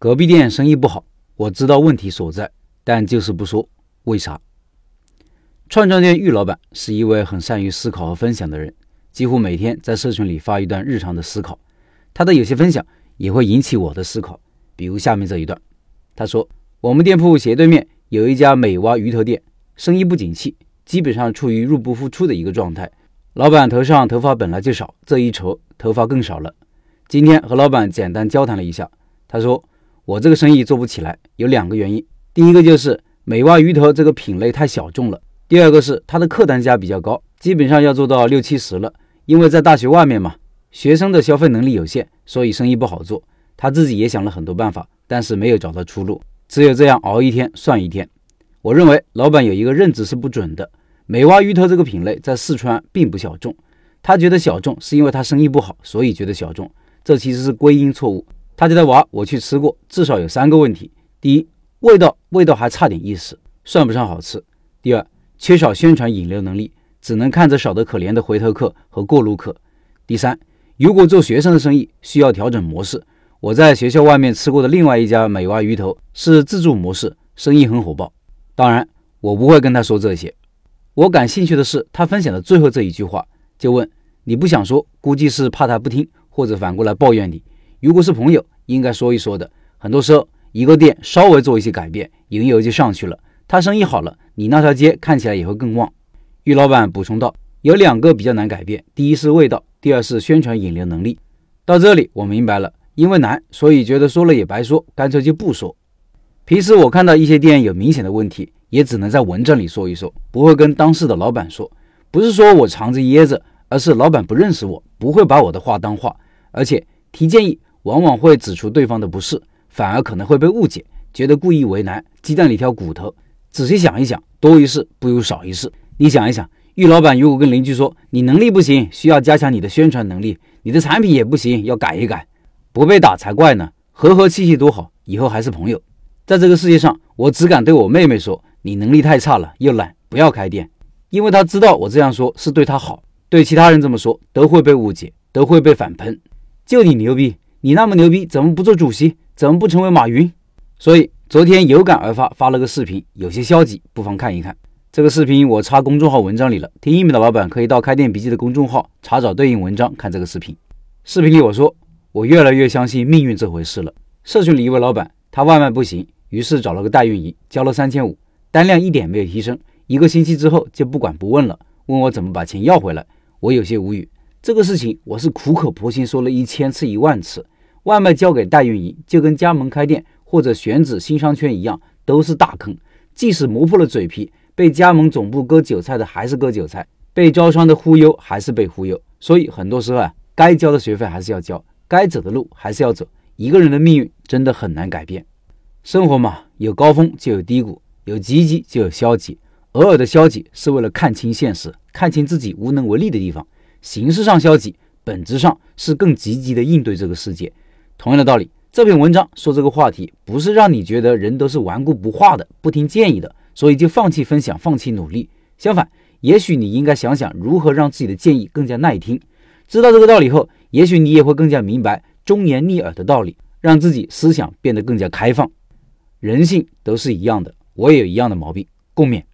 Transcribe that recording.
隔壁店生意不好，我知道问题所在，但就是不说为啥。串串店玉老板是一位很善于思考和分享的人，几乎每天在社群里发一段日常的思考。他的有些分享也会引起我的思考，比如下面这一段。他说，我们店铺斜对面有一家美蛙鱼头店，生意不景气，基本上处于入不敷出的一个状态。老板头上头发本来就少，这一愁头发更少了。今天和老板简单交谈了一下，他说我这个生意做不起来，有2个原因。第一个就是美蛙鱼头这个品类太小众了，第二个是它的客单价比较高，基本上要做到60-70了。因为在大学外面嘛，学生的消费能力有限，所以生意不好做。他自己也想了很多办法，但是没有找到出路，只有这样熬一天算一天。我认为老板有一个认知是不准的，美蛙鱼头这个品类在四川并不小众，他觉得小众是因为他生意不好，所以觉得小众，这其实是归因错误。他家的蛙我去吃过，至少有3个问题。第一，味道还差点意思，算不上好吃。第二，缺少宣传引流能力，只能看着少得可怜的回头客和过路客。第三，如果做学生的生意需要调整模式。我在学校外面吃过的另外一家美蛙鱼头是自助模式，生意很火爆。当然我不会跟他说这些，我感兴趣的是他分享的最后这一句话，就问你不想说，估计是怕他不听，或者反过来抱怨你。如果是朋友应该说一说的，很多时候一个店稍微做一些改变，营业额就上去了，他生意好了，你那条街看起来也会更旺。玉老板补充道，有2个比较难改变，第一是味道，第二是宣传引流能力。到这里我明白了，因为难，所以觉得说了也白说，干脆就不说。平时我看到一些店有明显的问题，也只能在文章里说一说，不会跟当事的老板说。不是说我藏着掖着，而是老板不认识我，不会把我的话当话，而且提建议往往会指出对方的不是，反而可能会被误解，觉得故意为难，鸡蛋里挑骨头。仔细想一想，多一事不如少一事。你想一想，玉老板如果跟邻居说你能力不行，需要加强你的宣传能力，你的产品也不行，要改一改，不被打才怪呢。和和气气多好，以后还是朋友。在这个世界上，我只敢对我妹妹说，你能力太差了，又懒，不要开店。因为她知道我这样说是对她好，对其他人这么说都会被误解，都会被反喷。就你牛逼，你那么牛逼，怎么不做主席？怎么不成为马云？所以昨天有感而发，发了个视频，有些消极，不妨看一看。这个视频我插公众号文章里了，听音频的老板可以到开店笔记的公众号查找对应文章看这个视频。视频里我说，我越来越相信命运这回事了。社群里一位老板，他外卖不行，于是找了个代运营，交了3500，单量一点没有提升，1个星期之后就不管不问了，问我怎么把钱要回来。我有些无语，这个事情我是苦口婆心说了1000次10000次。外卖交给代运营就跟加盟开店或者选址新商圈一样，都是大坑。即使磨破了嘴皮，被加盟总部割韭菜的还是割韭菜，被招商的忽悠还是被忽悠。所以很多时候该交的学费还是要交，该走的路还是要走。一个人的命运真的很难改变。生活嘛，有高峰就有低谷，有积极就有消极。偶尔的消极是为了看清现实，看清自己无能为力的地方。形式上消极，本质上是更积极的应对这个世界。同样的道理，这篇文章说这个话题，不是让你觉得人都是顽固不化的，不听建议的，所以就放弃分享，放弃努力。相反，也许你应该想想如何让自己的建议更加耐听。知道这个道理后，也许你也会更加明白忠言逆耳的道理，让自己思想变得更加开放。人性都是一样的，我也有一样的毛病，共勉。